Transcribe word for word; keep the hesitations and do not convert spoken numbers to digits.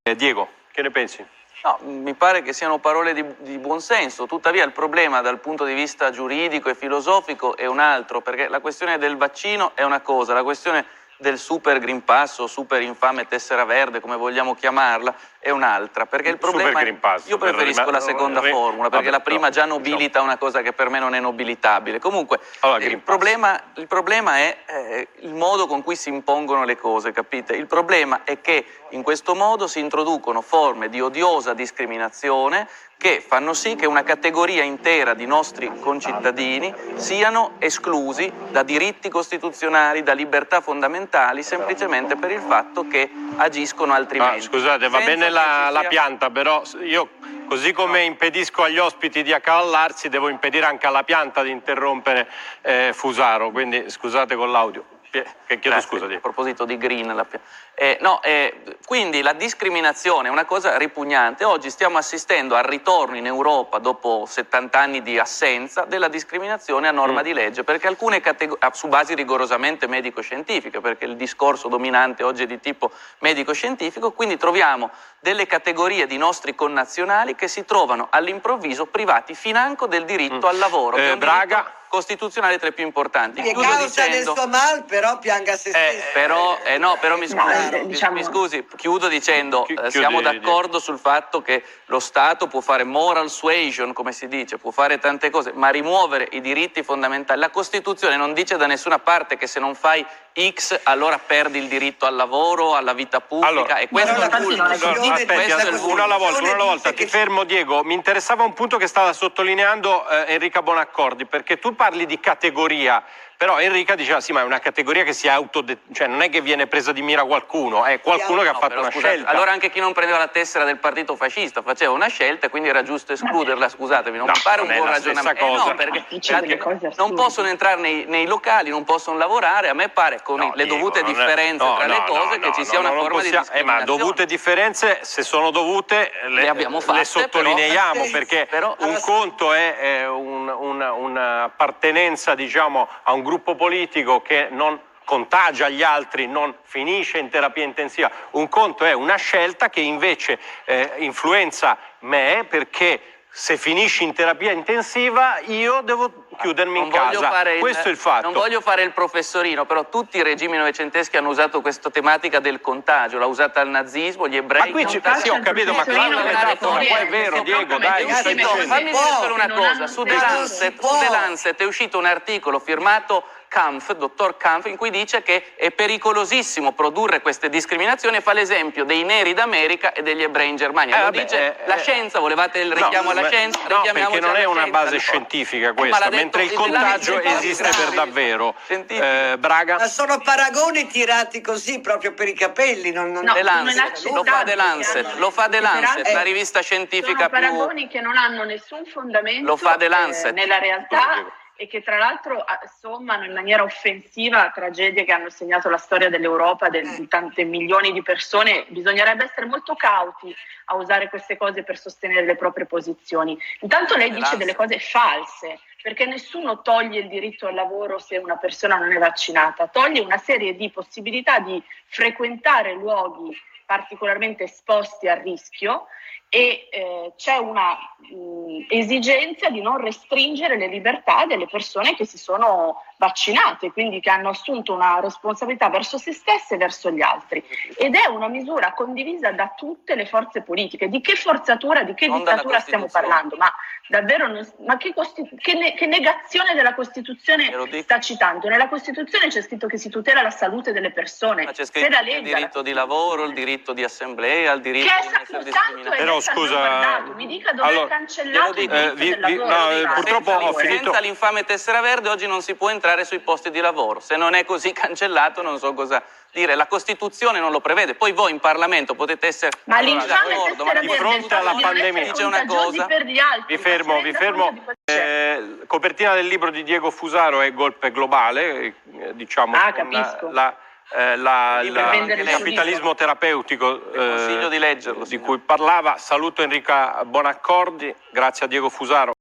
Eh, Diego, che ne pensi? No, mi pare che siano parole di, di buonsenso, tuttavia il problema dal punto di vista giuridico e filosofico è un altro, perché la questione del vaccino è una cosa, la questione del super Green Pass o super infame tessera verde, come vogliamo chiamarla, è un'altra, perché il problema è, io preferisco la seconda formula, perché la prima già nobilita una cosa che per me non è nobilitabile. Comunque allora, il, problema, il problema è eh, il modo con cui si impongono le cose, capite? Il problema è che in questo modo si introducono forme di odiosa discriminazione che fanno sì che una categoria intera di nostri concittadini siano esclusi da diritti costituzionali, da libertà fondamentali, semplicemente per il fatto che agiscono altrimenti. Ah, scusate, va bene la, la pianta, però io, così come impedisco agli ospiti di accavallarsi, devo impedire anche alla pianta di interrompere eh, Fusaro, quindi scusate con l'audio. Che chiedo scusa. A proposito di green, la... eh, no, eh, quindi la discriminazione è una cosa ripugnante. Oggi stiamo assistendo al ritorno in Europa, dopo settanta anni di assenza, della discriminazione a norma mm. di legge, perché alcune categorie, su basi rigorosamente medico-scientifiche, perché il discorso dominante oggi è di tipo medico-scientifico, quindi troviamo delle categorie di nostri connazionali che si trovano all'improvviso privati financo del diritto mm. al lavoro. Eh, Braga... costituzionale tra i più importanti. Che causa dicendo, del suo mal, però pianga se stesso. Eh, però, eh, no, però mi scusi, Claro, mi, diciamo... mi scusi, chiudo dicendo, Chi, eh, siamo d'accordo sul fatto che lo Stato può fare moral suasion, come si dice, può fare tante cose, ma rimuovere i diritti fondamentali. La Costituzione non dice da nessuna parte che se non fai X allora perdi il diritto al lavoro, alla vita pubblica, allora, e questo è il punto. Allora, aspetti, aspetti, una alla volta, una alla volta, ti fermo Diego, mi interessava un punto che stava sottolineando eh, Enrica Bonaccordi, perché tu parli di categoria, però Enrica diceva sì, ma è una categoria che si auto, cioè non è che viene presa di mira qualcuno, è qualcuno che ha no, fatto però, una scusate, scelta. Allora anche chi non prendeva la tessera del partito fascista faceva una scelta e quindi era giusto escluderla, scusatemi, non no, mi pare un non buon è la ragionamento. stessa cosa. Eh no, perché non possono entrare nei, nei locali, non possono lavorare, a me pare con no, le Diego, dovute differenze è... no, tra no, le cose no, che no, ci sia no, una forma possiamo... di discriminazione. Eh, ma dovute differenze, se sono dovute, le, le abbiamo fatte, le sottolineiamo, però, perché però, un allora... conto è, è un, un, un'appartenenza, diciamo, a un gruppo politico che non contagia gli altri, non finisce in terapia intensiva. Un conto è una scelta che invece eh, influenza me, perché se finisci in terapia intensiva io devo chiudermi in casa. Il, questo è il fatto. Non voglio fare il professorino, però tutti i regimi novecenteschi hanno usato questa tematica del contagio, l'ha usata il nazismo, gli ebrei. Ma qui ci sì, ho capito, ma qua non è poi è vero, Diego, dai, fammi dire solo una cosa, su The Lancet, su The Lancet è uscito un articolo firmato Kampf, dottor Kampf, in cui dice che è pericolosissimo produrre queste discriminazioni e fa l'esempio dei neri d'America e degli ebrei in Germania. Eh, Lo vabbè, dice eh, la scienza, volevate il richiamo no, alla scienza? No, perché non è una scienza, base no. scientifica eh, questa, detto, mentre il contagio esiste per davvero. Eh, Braga? Ma sono paragoni tirati così proprio per i capelli. Non, non... No, The Lancet, lo fa The Lancet, lo fa The Lancet, la rivista scientifica sono più... paragoni che non hanno nessun fondamento lo fa The Lancet. Eh, nella realtà e che tra l'altro sommano in maniera offensiva a tragedie che hanno segnato la storia dell'Europa, del, di tante milioni di persone. Bisognerebbe essere molto cauti a usare queste cose per sostenere le proprie posizioni. Intanto lei dice delle cose false, perché nessuno toglie il diritto al lavoro se una persona non è vaccinata, toglie una serie di possibilità di frequentare luoghi particolarmente esposti al rischio, e eh, c'è una mh, esigenza di non restringere le libertà delle persone che si sono vaccinate, quindi che hanno assunto una responsabilità verso se stesse e verso gli altri, ed è una misura condivisa da tutte le forze politiche. Di che forzatura, di che non dittatura stiamo parlando? Ma davvero non, ma che, costi- che, ne- che negazione della Costituzione sta citando? Nella Costituzione c'è scritto che si tutela la salute delle persone. Ma c'è scritto la il diritto di lavoro, il diritto di assemblea, il diritto che di non essere discriminato. Però scusa, mi dica dove allora, è cancellato il eh, vi, vi, no, eh, purtroppo senza, ho finito. Senza l'infame tessera verde oggi non si può entrare sui posti di lavoro. Se non è così cancellato non so cosa dire. La Costituzione non lo prevede. Poi voi in Parlamento potete essere ma l'infame d'accordo, ma di fronte alla pandemia dice una cosa. Per gli altri, vi fermo, vi fermo. Eh, copertina del libro di Diego Fusaro è Golpe globale, eh, diciamo ah, capisco. la, eh, la, la, il capitalismo terapeutico eh, consiglio di leggerlo, di cui parlava. Saluto Enrica Bonaccordi, grazie a Diego Fusaro.